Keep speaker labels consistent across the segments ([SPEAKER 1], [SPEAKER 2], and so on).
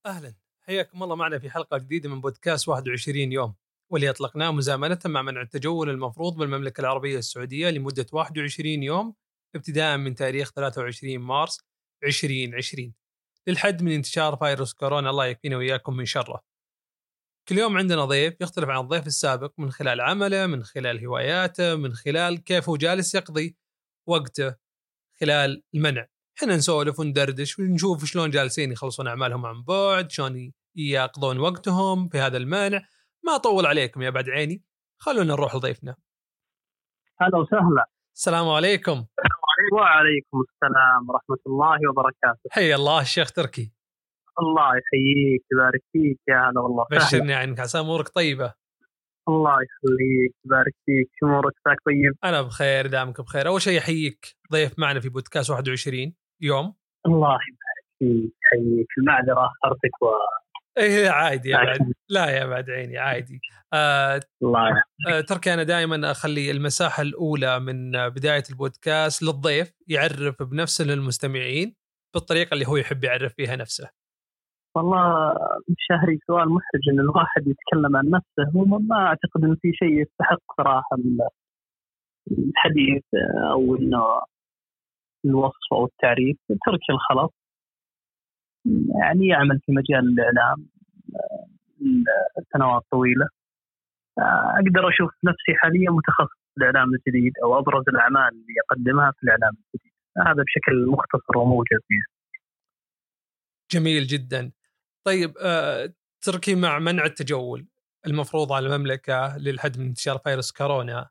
[SPEAKER 1] أهلا، حياكم الله معنا في حلقة جديدة من بودكاست 21 يوم، واللي أطلقناه مزامنة مع منع التجول المفروض بالمملكة العربية السعودية لمدة 21 يوم ابتداء من تاريخ 23 مارس 2020 للحد من انتشار فيروس كورونا، الله يكفينا وإياكم من شره. كل يوم عندنا ضيف يختلف عن الضيف السابق من خلال عمله، من خلال هواياته، من خلال كيف هو جالس يقضي وقته خلال المنع. حنا نسولف وندردش ونشوف شلون جالسين يخلصون أعمالهم عن بعد، شلون يقضون وقتهم في هذا المانع. ما أطول عليكم يا بعد عيني، خلونا نروح لضيفنا.
[SPEAKER 2] هلا وسهلا.
[SPEAKER 1] السلام عليكم.
[SPEAKER 2] وعليكم السلام ورحمة الله وبركاته.
[SPEAKER 1] حي الله الشيخ تركي.
[SPEAKER 2] الله يحييك يبارك فيك يا هلا والله.
[SPEAKER 1] بشرني عنك، عسى أمورك طيبة.
[SPEAKER 2] الله يخليك يبارك فيك، شو أمورك؟ طيب.
[SPEAKER 1] أنا بخير، دامك بخير. أول شيء أحييك ضيف معنا في بودكاست 21 يوم.
[SPEAKER 2] الله يبارك فيك، حييك. المعذرة أخرتك
[SPEAKER 1] إيه عادي يا بعد، لا يا بعد عيني عادي.
[SPEAKER 2] الله
[SPEAKER 1] تركي أنا دائما أخلي المساحة الأولى من بداية البودكاست للضيف يعرف بنفسه للمستمعين بالطريقة اللي هو يحب يعرف فيها نفسه.
[SPEAKER 2] والله شهري سؤال محرج إن الواحد يتكلم عن نفسه، هو ما أعتقد إن في شيء يستحق صراحة الحديث أو إنه الوصف أو التعريف. تركي الخلط يعني يعمل في مجال الإعلام سنوات طويلة. أقدر أشوف نفسي حاليا متخصص في الإعلام الجديد أو أبرز الأعمال اللي يقدمها في الإعلام الجديد، هذا بشكل مختصر وموجز فيه.
[SPEAKER 1] جميل جدا. طيب تركي، مع منع التجول المفروض على المملكة للحد من انتشار فيروس كورونا،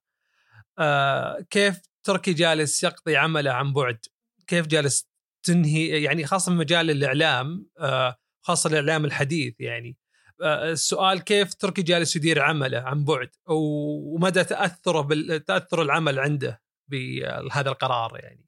[SPEAKER 1] كيف تركي جالس يقضي عمله عن بعد؟ كيف جالس تنهي يعني خاصة في مجال الإعلام، خاصة الإعلام الحديث يعني. السؤال كيف تركي جالس يدير عمله عن بعد، ومدى تأثر العمل عنده بهذا القرار يعني.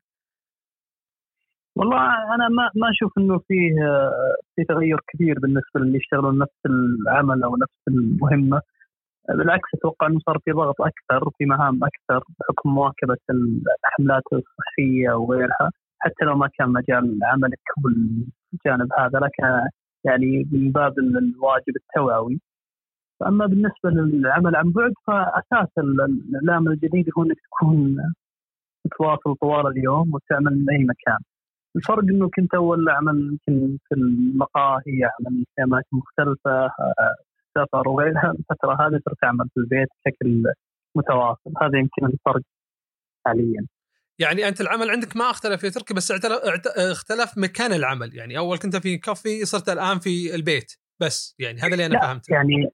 [SPEAKER 2] والله أنا ما أشوف إنه في تغير كبير بالنسبة للي يشتغلون نفس العمل أو نفس المهمة. بالعكس أتوقع إنه صار في ضغط أكثر وفي مهام أكثر بحكم مواكبة الحملات الصحية وغيرها، حتى لو ما كان مجال عملك هو الجانب هذا، لكن يعني من باب الواجب التوعوي. أما بالنسبة للعمل عن بعد فأساس الإعلام الجديد هو أنك تكون تتواصل طوال اليوم وتعمل من أي مكان. الفرق أنه كنت أول أعمل يمكن في المقاهي، أعمل في أماكن مختلفة، سفر وغيرها. الفترة هذه صرت أعمل في البيت بشكل متواصل، هذا يمكن الفرق حاليا.
[SPEAKER 1] يعني أنت العمل عندك ما اختلف في تركي، بس اختلف مكان العمل. يعني أول كنت في كافي، صرت الآن في البيت بس، يعني هذا اللي أنا فهمته.
[SPEAKER 2] يعني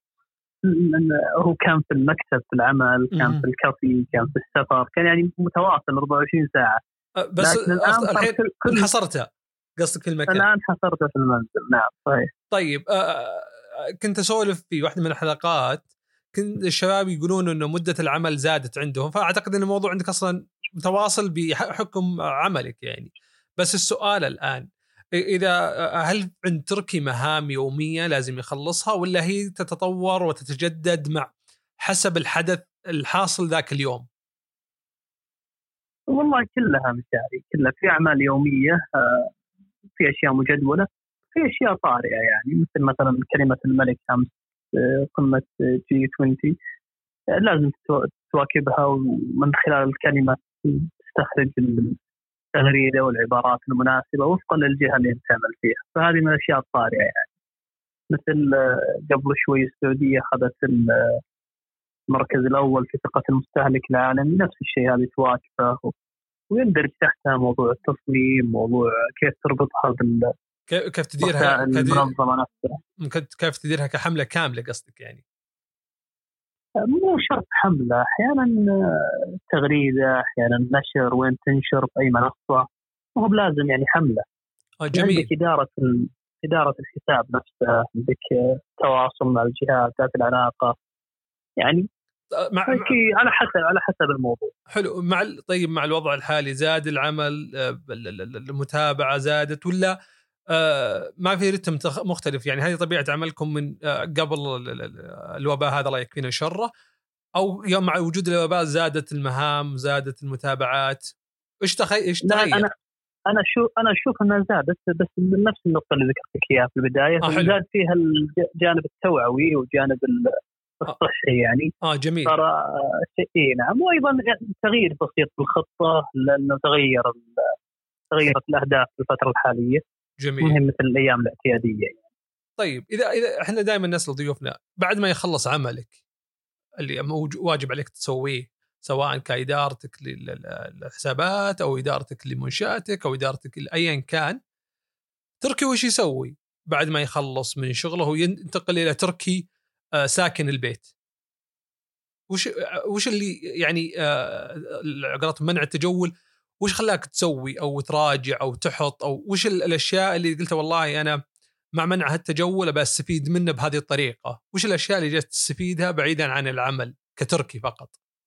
[SPEAKER 2] هو كان في المكتب في العمل، كان في الكافي، كان في السفر، كان يعني متواصل 24 ساعة.
[SPEAKER 1] بس الحين حصرتها، قصدك في المكان؟
[SPEAKER 2] الآن حصرتها في المنزل، نعم صحيح.
[SPEAKER 1] طيب كنت أسولف في واحدة من الحلقات، كنت الشباب يقولون إنه مدة العمل زادت عندهم، فأعتقد إن الموضوع عندك أصلا متواصل بحكم عملك يعني. بس السؤال الآن، هل عند تركي مهام يومية لازم يخلصها، ولا هي تتطور وتتجدد مع حسب الحدث الحاصل ذاك اليوم؟
[SPEAKER 2] والله كلها مشاري، كلها في أعمال يومية، في أشياء مجدولة، في أشياء طارئة. يعني مثلا كلمة الملك أمس، قمة G20 لازم تواكبها، ومن خلال الكلمة تستخرج التغريدة والعبارات المناسبة وفقا للجهة اللي تعمل فيها. فهذه من الأشياء الطارئة يعني. مثل قبل شوي السعودية أخذت المركز الأول في ثقة المستهلك العالمي، نفس الشيء هذه تواكبه، ويندرج تحتها موضوع التصميم، موضوع كيف تربطها
[SPEAKER 1] كيف تديرها
[SPEAKER 2] المنظمة نفسها،
[SPEAKER 1] كيف تديرها كحملة كاملة قصدك يعني؟
[SPEAKER 2] مو شرط حملة، أحيانا تغريدة، أحيانا نشر، وين تنشر في أي منصة، مو بلازم يعني حملة.
[SPEAKER 1] جميل.
[SPEAKER 2] عندك إدارة الحساب نفسها، عندك تواصل مع الجهات ذات العلاقة، يعني على حسب الموضوع.
[SPEAKER 1] حلو. طيب مع الوضع الحالي زاد العمل، المتابعة زادت، ولا ما في رتم مختلف؟ يعني هذه طبيعة عملكم من قبل الوباء هذا، الله يكفينا شره، أو يوم مع وجود الوباء زادت المهام، زادت المتابعات؟ إيش تغير؟
[SPEAKER 2] أنا أشوف أنها زادت، بس من نفس النقطة اللي ذكرتك إياها في البداية، زاد فيها الجانب التوعوي وجانب الصحي يعني.
[SPEAKER 1] جميل.
[SPEAKER 2] صار شيء نعم، وأيضا تغيير بسيط في الخطة، لأنه تغيرت الأهداف في الفترة الحالية.
[SPEAKER 1] جميل.
[SPEAKER 2] مهم مثل الأيام الاعتيادية يعني.
[SPEAKER 1] طيب إذا إحنا دائما نسأل ضيوفنا بعد ما يخلص عملك اللي واجب عليك تسويه، سواء كإدارتك للحسابات أو إدارتك لمنشأتك أو إدارتك لأيا كان، تركي وش يسوي بعد ما يخلص من شغله وينتقل إلى تركي ساكن البيت؟ وش اللي يعني قرأت منع التجول، وش خلاك تسوي أو تراجع أو تحط، أو وش الأشياء اللي قلت والله أنا مع منع هالتجول بستفيد منه بهذه الطريقة؟ وش الأشياء اللي جت تستفيدها بعيدا عن العمل كتركي فقط؟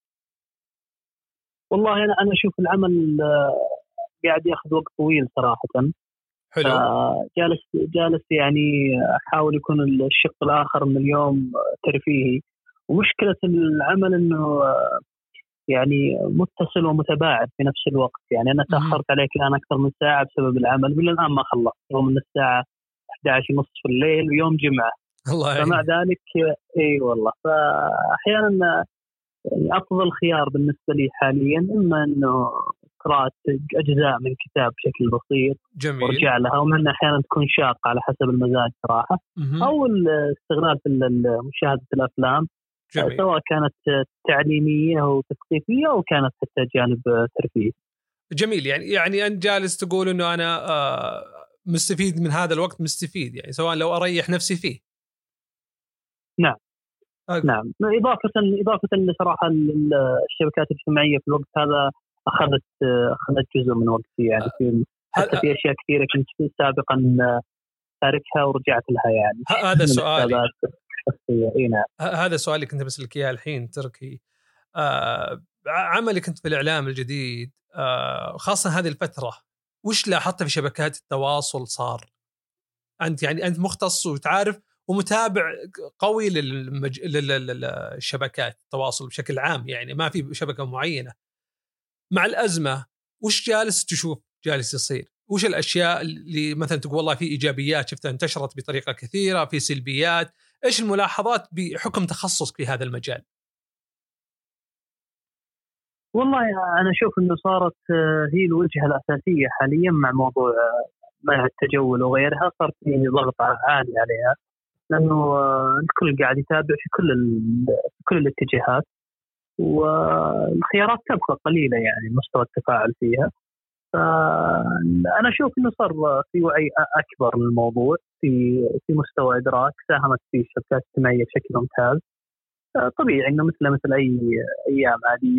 [SPEAKER 2] والله أنا أشوف العمل قاعد يأخذ وقت طويل صراحة.
[SPEAKER 1] حلو.
[SPEAKER 2] جالس يعني أحاول يكون الشق الآخر من اليوم ترفيهي. ومشكلة العمل إنه يعني متصل ومتباعد في نفس الوقت. يعني أنا تأخرت عليك الآن أكثر من ساعة بسبب العمل، ولا الآن ما خلصت، يوم من الساعة 11:30 في الليل ويوم جمعة. فمع ذلك إيه والله، فأحيانا يعني أفضل خيار بالنسبة لي حاليا إما إنه قراءة أجزاء من كتاب بشكل بسيط.
[SPEAKER 1] جميل.
[SPEAKER 2] ورجع لها، ومنها أحيانا تكون شاقة على حسب المزاج صراحة. أو الاستغلال في مشاهدة الأفلام. جميل. سواء كانت تعليمية أو تثقيفية أو كانت حتى جانب ترفيهي.
[SPEAKER 1] جميل. يعني أنت جالس تقول إنه أنا مستفيد من هذا الوقت، مستفيد يعني سواء لو أريح نفسي فيه.
[SPEAKER 2] نعم. نعم. إضافة لصراحة الشبكات الاجتماعية في الوقت هذا أخذت جزء من وقتي يعني. حتى في أشياء كثيرة كنت سابقا تاركها ورجعت لها يعني.
[SPEAKER 1] هذا سؤالي.
[SPEAKER 2] نعم.
[SPEAKER 1] هذا سؤالي كنت بسألك إياه الحين تركي. عملك أنت في الإعلام الجديد، خاصة هذه الفترة، وش لاحظت في شبكات التواصل صار؟ أنت مختص وتعرف ومتابع قوي للشبكات التواصل بشكل عام، يعني ما في شبكة معينة. مع الأزمة وش جالس تشوف جالس يصير؟ وش الأشياء اللي مثلا تقول والله في إيجابيات شفتها انتشرت بطريقة كثيرة، في سلبيات؟ إيش الملاحظات بحكم تخصصك في هذا المجال؟
[SPEAKER 2] والله أنا أشوف أنه صارت هي الوجهة الأساسية حاليا مع موضوع منع التجول وغيرها. صار في ضغط عالي عليها، لأنه الكل قاعد يتابع في كل الاتجاهات، والخيارات تبقى قليلة يعني مستوى التفاعل فيها. فأنا أشوف أنه صار في وعي أكبر للموضوع، في مستوى إدراك ساهمت فيه الشبكات الاجتماعية بشكل ممتاز. طبيعي إنه مثل أي أيام عادية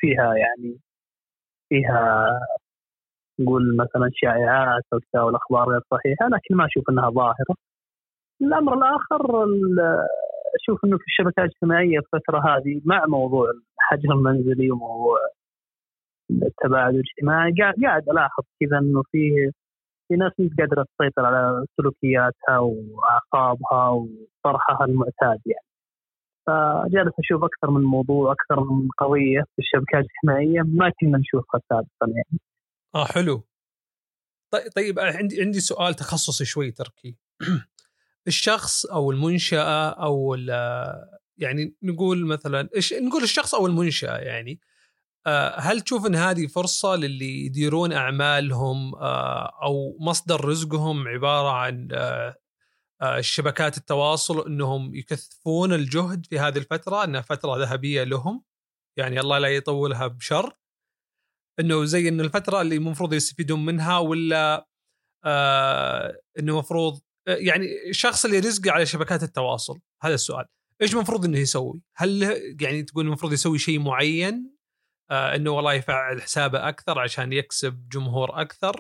[SPEAKER 2] فيها نقول مثلا شائعات أو تساؤل أخبار غير صحيحة، لكن ما أشوف أنها ظاهرة. الأمر الآخر أشوف أنه في الشبكات الاجتماعية في الفترة هذه مع موضوع الحجر المنزلي وموضوع التباعد الاجتماعي قاعد ألاحظ كذا أنه في ناس مش قادرة تسيطر على سلوكياتها وأعصابها وطرحها المعتاد يعني. فجالس أشوف أكثر من موضوع، أكثر من قضية في الشبكات الاجتماعية ما كنا نشوفها سابقا يعني.
[SPEAKER 1] حلو. طيب عندي سؤال تخصصي شوي تركي. الشخص أو المنشأة أو يعني نقول مثلا نقول الشخص أو المنشأة يعني، هل تشوف أن هذه فرصة للي يديرون أعمالهم أو مصدر رزقهم عبارة عن شبكات التواصل، أنهم يكثفون الجهد في هذه الفترة، أنها فترة ذهبية لهم يعني الله لا يطولها بشر، أنه زي أن الفترة اللي مفروض يستفيدون منها، ولا أنه مفروض يعني الشخص اللي رزقه على شبكات التواصل؟ هذا السؤال. إيش مفروض أنه يسوي؟ هل يعني تقول المفروض يسوي شيء معين، أنه والله يفعل حسابه أكثر عشان يكسب جمهور أكثر؟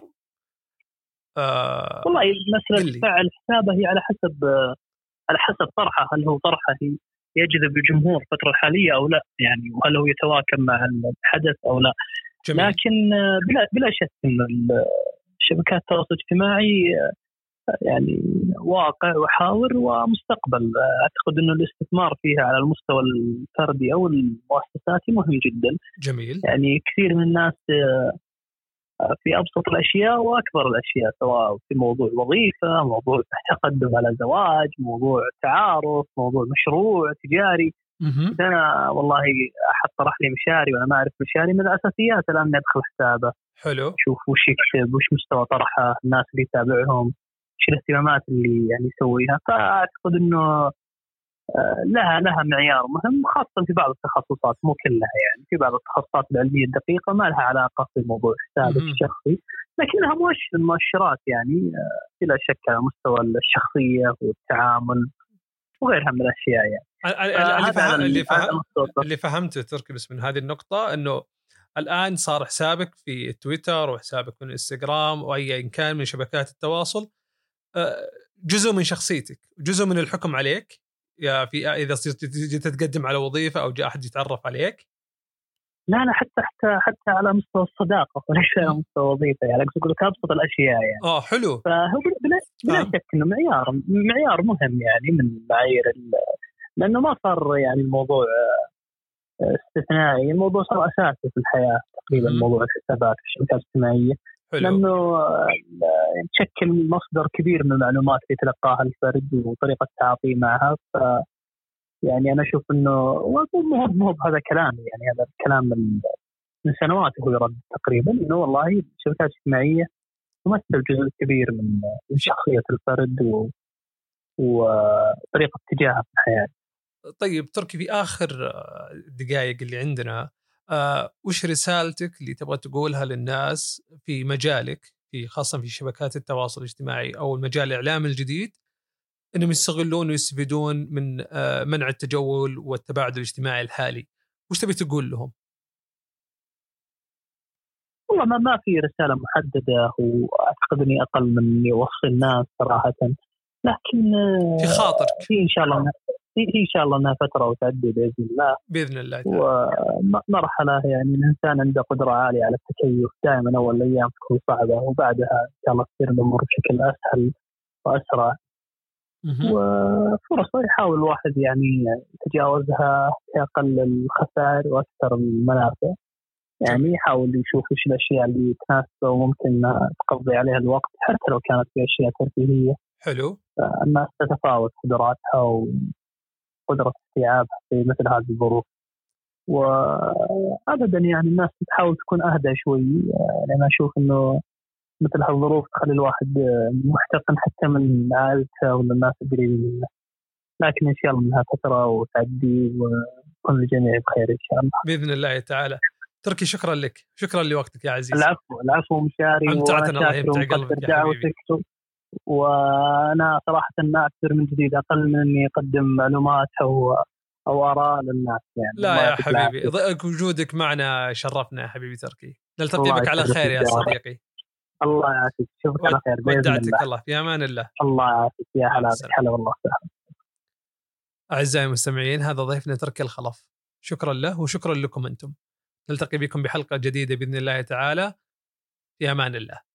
[SPEAKER 2] والله مسألة فعل حسابه هي على حسب طرحه. هل هو طرحه يجذب الجمهور الفترة الحالية أو لا يعني، وهل هو يتواكب مع الحدث أو لا. جميل. لكن بلا شك أن شبكات التواصل الاجتماعي يعني واقع وحاضر ومستقبل. أعتقد أنه الاستثمار فيها على المستوى الفردي أو المؤسساتي مهم جدا.
[SPEAKER 1] جميل.
[SPEAKER 2] يعني كثير من الناس في أبسط الأشياء وأكبر الأشياء، سواء في موضوع وظيفة، موضوع تقدم على زواج، موضوع تعارف، موضوع مشروع تجاري. إذا أنا والله أحد طرح لي مشاري وأنا ما أعرف مشاري، من الأساسيات الآن ندخل حسابه،
[SPEAKER 1] حلو،
[SPEAKER 2] شوف وش يكتب، وش مستوى طرحه، الناس اللي يتابعهم، وش الاهتمامات اللي يعني يسويها. فأعتقد إنه لها معيار مهم، خاصة في بعض التخصصات، مو كلها يعني. في بعض التخصصات العلمية الدقيقة ما لها علاقة في موضوع حسابك الشخصي، لكنها مؤشرات يعني بلا شك على مستوى الشخصية والتعامل وغيرها من الأشياء يعني.
[SPEAKER 1] اللي فهمته تركي بس من هذه النقطة أنه الآن صار حسابك في تويتر وحسابك في الانستغرام وأي كان من شبكات التواصل جزء من شخصيتك، جزء من الحكم عليك، يا في إذا جيت تقدم على وظيفة أو جاء أحد يتعرف عليك.
[SPEAKER 2] لا حتى على مستوى الصداقة وليس على مستوى وظيفة يعني. أقول لك أبسط الأشياء يعني.
[SPEAKER 1] حلو.
[SPEAKER 2] فهو بلا شك إنه معيار مهم يعني من معايير، لأنه ما صار يعني الموضوع استثنائي، الموضوع صار أساسي في الحياة تقريبا. موضوع الحسابات في الشبكات الاجتماعية لأنه تشكل مصدر كبير من المعلومات اللي يتلقاها الفرد وطريقة التعاطي معها. يعني أنا أشوف إنه مو بهذا كلام يعني، هذا الكلام من سنوات هو يرد تقريبا، إنه والله الشبكات الاجتماعية تمثل جزء كبير من شخصية الفرد وطريقة اتجاهه في الحياة.
[SPEAKER 1] طيب تركي، في آخر دقائق اللي عندنا، وش رسالتك اللي تبغى تقولها للناس في مجالك، في خاصة في شبكات التواصل الاجتماعي أو المجال الإعلامي الجديد، إنهم يستغلون ويستفيدون من منع التجول والتباعد الاجتماعي الحالي؟ وش تبي تقول لهم؟
[SPEAKER 2] والله ما في رسالة محددة، وأعتقد إني أقل من يوصل الناس صراحة، لكن
[SPEAKER 1] في خاطرك
[SPEAKER 2] في إن شاء الله إنها فترة وتعدي بإذن الله ومرحلة يعني. الإنسان عنده قدرة عالية على التكيف، دائما أول أيام تكون صعبة وبعدها إن شاء الله تصير الأمور بشكل أسهل وأسرع، وفرص يحاول الواحد يعني يتجاوزها بأقل الخسائر وأكثر المنافع. يعني يحاول يشوف إيش الأشياء اللي تناسبه وممكن تقضي عليها الوقت، حتى لو كانت في أشياء ترفيهية.
[SPEAKER 1] حلو.
[SPEAKER 2] الناس تتفاوت قدراتها وقدرة استيعابها في مثل هذه الظروف، وأبدا يعني الناس تحاول تكون أهدى شوي. لأن أشوف إنه مثل هالظروف تخلي الواحد محتقن حتى من عائلته ولا الناس القريبين منه، لكن إن شاء الله منها فترة وتعدي وكل الجميع بخير إن شاء الله
[SPEAKER 1] بإذن الله تعالى. تركي شكرا لك، شكرا لوقتك يا عزيز.
[SPEAKER 2] العفو مشاري،
[SPEAKER 1] وأنا شاكر ومقدر
[SPEAKER 2] دعوتك. وأنا صراحة أعتذر من جديد، أقل من إني أقدم معلومات أو آراء للناس يعني.
[SPEAKER 1] لا يا حبيبي، وجودك معنا شرفنا يا حبيبي تركي. نلتقي بك على خير يا صديقي.
[SPEAKER 2] الله يعافيك، شوفك على خير
[SPEAKER 1] بإذن الله. في أمان الله.
[SPEAKER 2] الله يعافيك يا هلا والله.
[SPEAKER 1] أعزائي المستمعين، هذا ضيفنا تركي الخلف، شكرا له وشكرا لكم أنتم. نلتقي بكم بحلقة جديدة بإذن الله تعالى. في أمان الله.